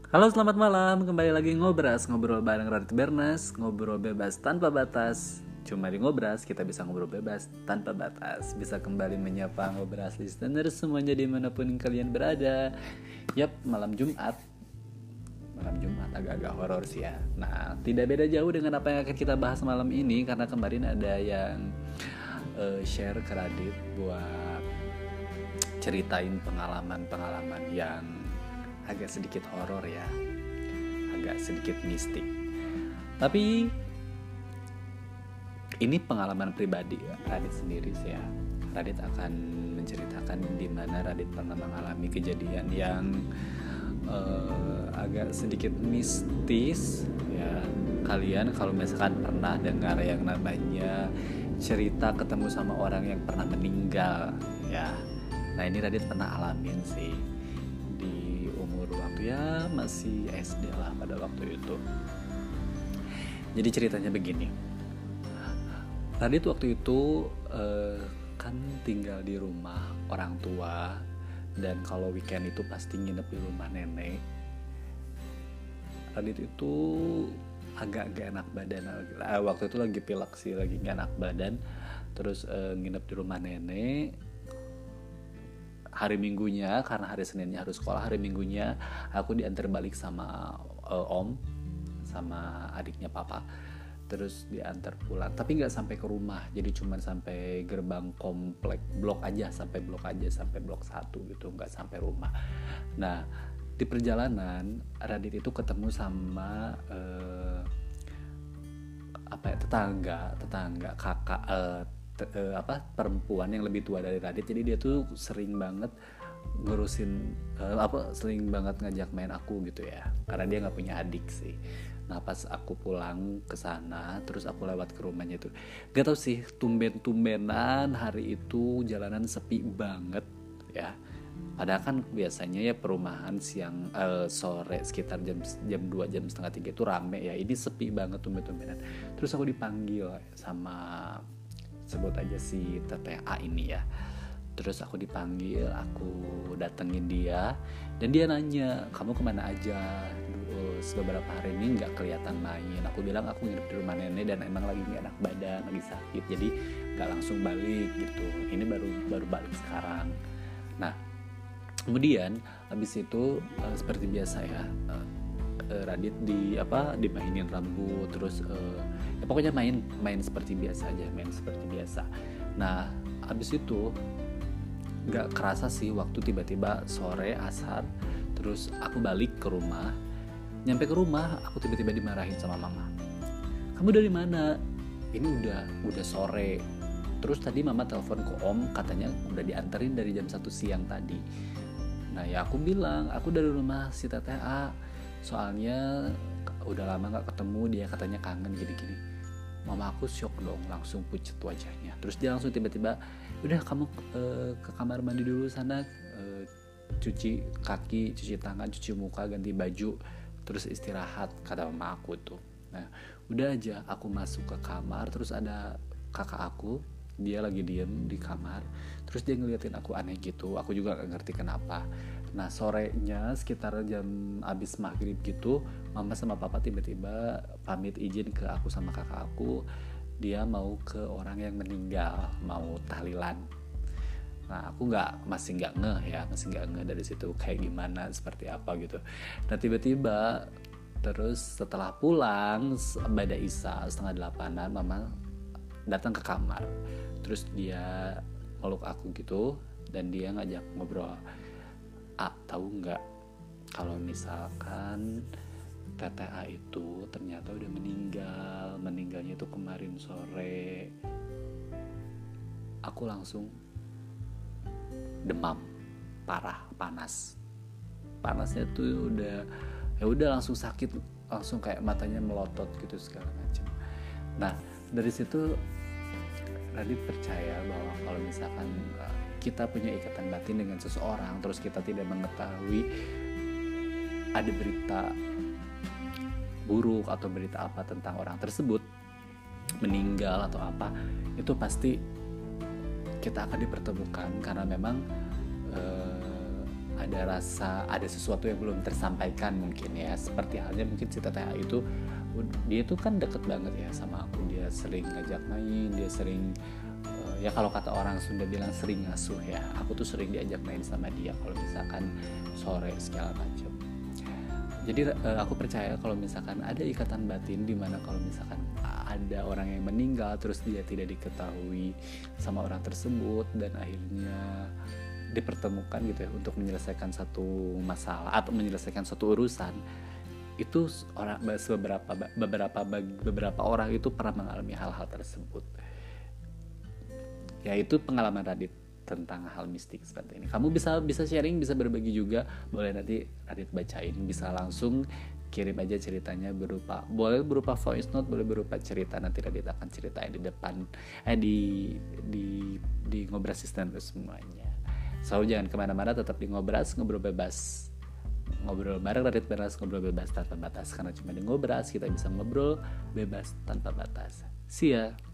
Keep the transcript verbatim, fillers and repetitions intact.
Halo, selamat malam. Kembali lagi ngobras, ngobrol bareng Radit Bernas, ngobrol bebas tanpa batas. Cuma di ngobras kita bisa ngobrol bebas tanpa batas. Bisa kembali menyapa ngobras listener semuanya dimanapun kalian berada. Yap, malam Jumat. Malam Jumat agak-agak horor sih ya. Nah, tidak beda jauh dengan apa yang akan kita bahas malam ini, karena kemarin ada yang uh, share ke Radit buat ceritain pengalaman-pengalaman yang agak sedikit horor ya, agak sedikit mistik. Tapi ini pengalaman pribadi Radit sendiri sih ya. Radit akan menceritakan di mana Radit pernah mengalami kejadian yang uh, agak sedikit mistis ya. Kalian kalau misalkan pernah dengar yang namanya cerita ketemu sama orang yang pernah meninggal ya. Nah, ini Radit pernah alamin sih. Waktu ya masih S D lah pada waktu itu. Jadi ceritanya begini. Radit waktu itu eh, kan tinggal di rumah orang tua, dan kalau weekend itu pasti nginep di rumah nenek. Radit itu agak gak enak badan. Eh, waktu itu lagi pilek sih, lagi gak enak badan. Terus eh, nginep di rumah nenek. Hari Minggunya, karena hari Seninnya harus sekolah, hari Minggunya aku diantar balik sama uh, om, sama adiknya papa. Terus diantar pulang, tapi nggak sampai ke rumah, jadi cuma sampai gerbang komplek blok aja, sampai blok aja, sampai blok satu gitu, nggak sampai rumah. Nah, di perjalanan Radit itu ketemu sama uh, apa ya, tetangga, tetangga kakak. Uh, Uh, apa perempuan yang lebih tua dari Radit. Jadi dia tuh sering banget ngurusin uh, apa sering banget ngajak main aku gitu ya, karena dia nggak punya adik sih. Nah, pas aku pulang ke sana, terus aku lewat ke rumahnya itu, gak tau sih, tumben-tumbenan hari itu jalanan sepi banget ya. Padahal kan biasanya ya perumahan siang uh, sore sekitar jam jam dua, jam setengah tiga itu rame ya. Ini sepi banget, tumben-tumbenan. Terus aku dipanggil sama, sebut aja si Teteh A ini ya. Terus aku dipanggil, aku datengin dia, dan dia nanya, kamu kemana aja? Dulu beberapa hari ini nggak kelihatan main. Aku bilang aku nginep di rumah nenek dan emang lagi nggak enak badan, lagi sakit, jadi nggak langsung balik gitu. Ini baru baru balik sekarang. Nah, kemudian habis itu uh, seperti biasa ya, uh, Radit di apa dimainin rambut, terus uh, ya pokoknya main main seperti biasa aja, main seperti biasa. Nah, abis itu nggak kerasa sih waktu tiba-tiba sore asar, terus aku balik ke rumah. Nyampe ke rumah aku tiba-tiba dimarahin sama mama. Kamu dari mana? Ini udah udah sore. Terus tadi mama telepon ke om, katanya udah dianterin dari jam satu siang tadi. Nah, ya aku bilang aku dari rumah si Teteh A, soalnya udah lama gak ketemu, dia katanya kangen gini-gini. Mama aku syok dong, langsung pucet wajahnya. Terus dia langsung tiba-tiba, udah kamu uh, ke kamar mandi dulu sana, uh, cuci kaki, cuci tangan, cuci muka, ganti baju, terus istirahat, kata mama aku tuh. Nah, udah aja aku masuk ke kamar, terus ada kakak aku, dia lagi diem di kamar. Terus dia ngeliatin aku aneh gitu, aku juga gak ngerti kenapa. Nah, sorenya sekitar jam abis maghrib gitu, mama sama papa tiba-tiba pamit izin ke aku sama kakak aku. Dia mau ke orang yang meninggal, mau tahlilan. Nah, aku nggak masih nggak ngeh ya, masih nggak ngeh dari situ kayak gimana, seperti apa gitu. Nah, tiba-tiba terus setelah pulang pada Isya setengah delapanan, mama datang ke kamar. Terus dia meluk aku gitu, dan dia ngajak ngobrol. A, tahu nggak kalau misalkan Teteh A itu ternyata udah meninggal, meninggalnya itu kemarin sore. Aku langsung demam parah, panas. Panasnya tuh udah ya udah langsung sakit, langsung kayak matanya melotot gitu segala macam. Nah, dari situ Radit percaya bahwa kalau misalkan kita punya ikatan batin dengan seseorang, terus kita tidak mengetahui ada berita buruk atau berita apa tentang orang tersebut meninggal atau apa, itu pasti kita akan dipertemukan, karena memang eh, ada rasa, ada sesuatu yang belum tersampaikan mungkin ya. Seperti halnya mungkin si Teteh A itu, dia tuh kan deket banget ya sama aku, dia sering ngajak main, dia sering uh, ya kalau kata orang Sunda bilang sering ngasuh ya. Aku tuh sering diajak main sama dia kalau misalkan sore segala macam. Jadi uh, aku percaya kalau misalkan ada ikatan batin di mana kalau misalkan ada orang yang meninggal terus dia tidak diketahui sama orang tersebut dan akhirnya dipertemukan gitu ya untuk menyelesaikan satu masalah atau menyelesaikan satu urusan, itu orang beberapa beberapa beberapa orang itu pernah mengalami hal-hal tersebut. Yaitu pengalaman Radit tentang hal mistik seperti ini. Kamu bisa bisa sharing, bisa berbagi juga, boleh nanti Radit bacain, bisa langsung kirim aja ceritanya berupa, boleh berupa voice note, boleh berupa cerita, nanti Radit akan ceritain di depan eh di di di Ngobras Sistem semuanya. So jangan kemana-mana, tetap di Ngobras, ngobrol bebas, ngobrol bareng Radit Bebas, ngobrol bebas tanpa batas, karena cuma di Ngobras kita bisa ngobrol bebas tanpa batas. See ya.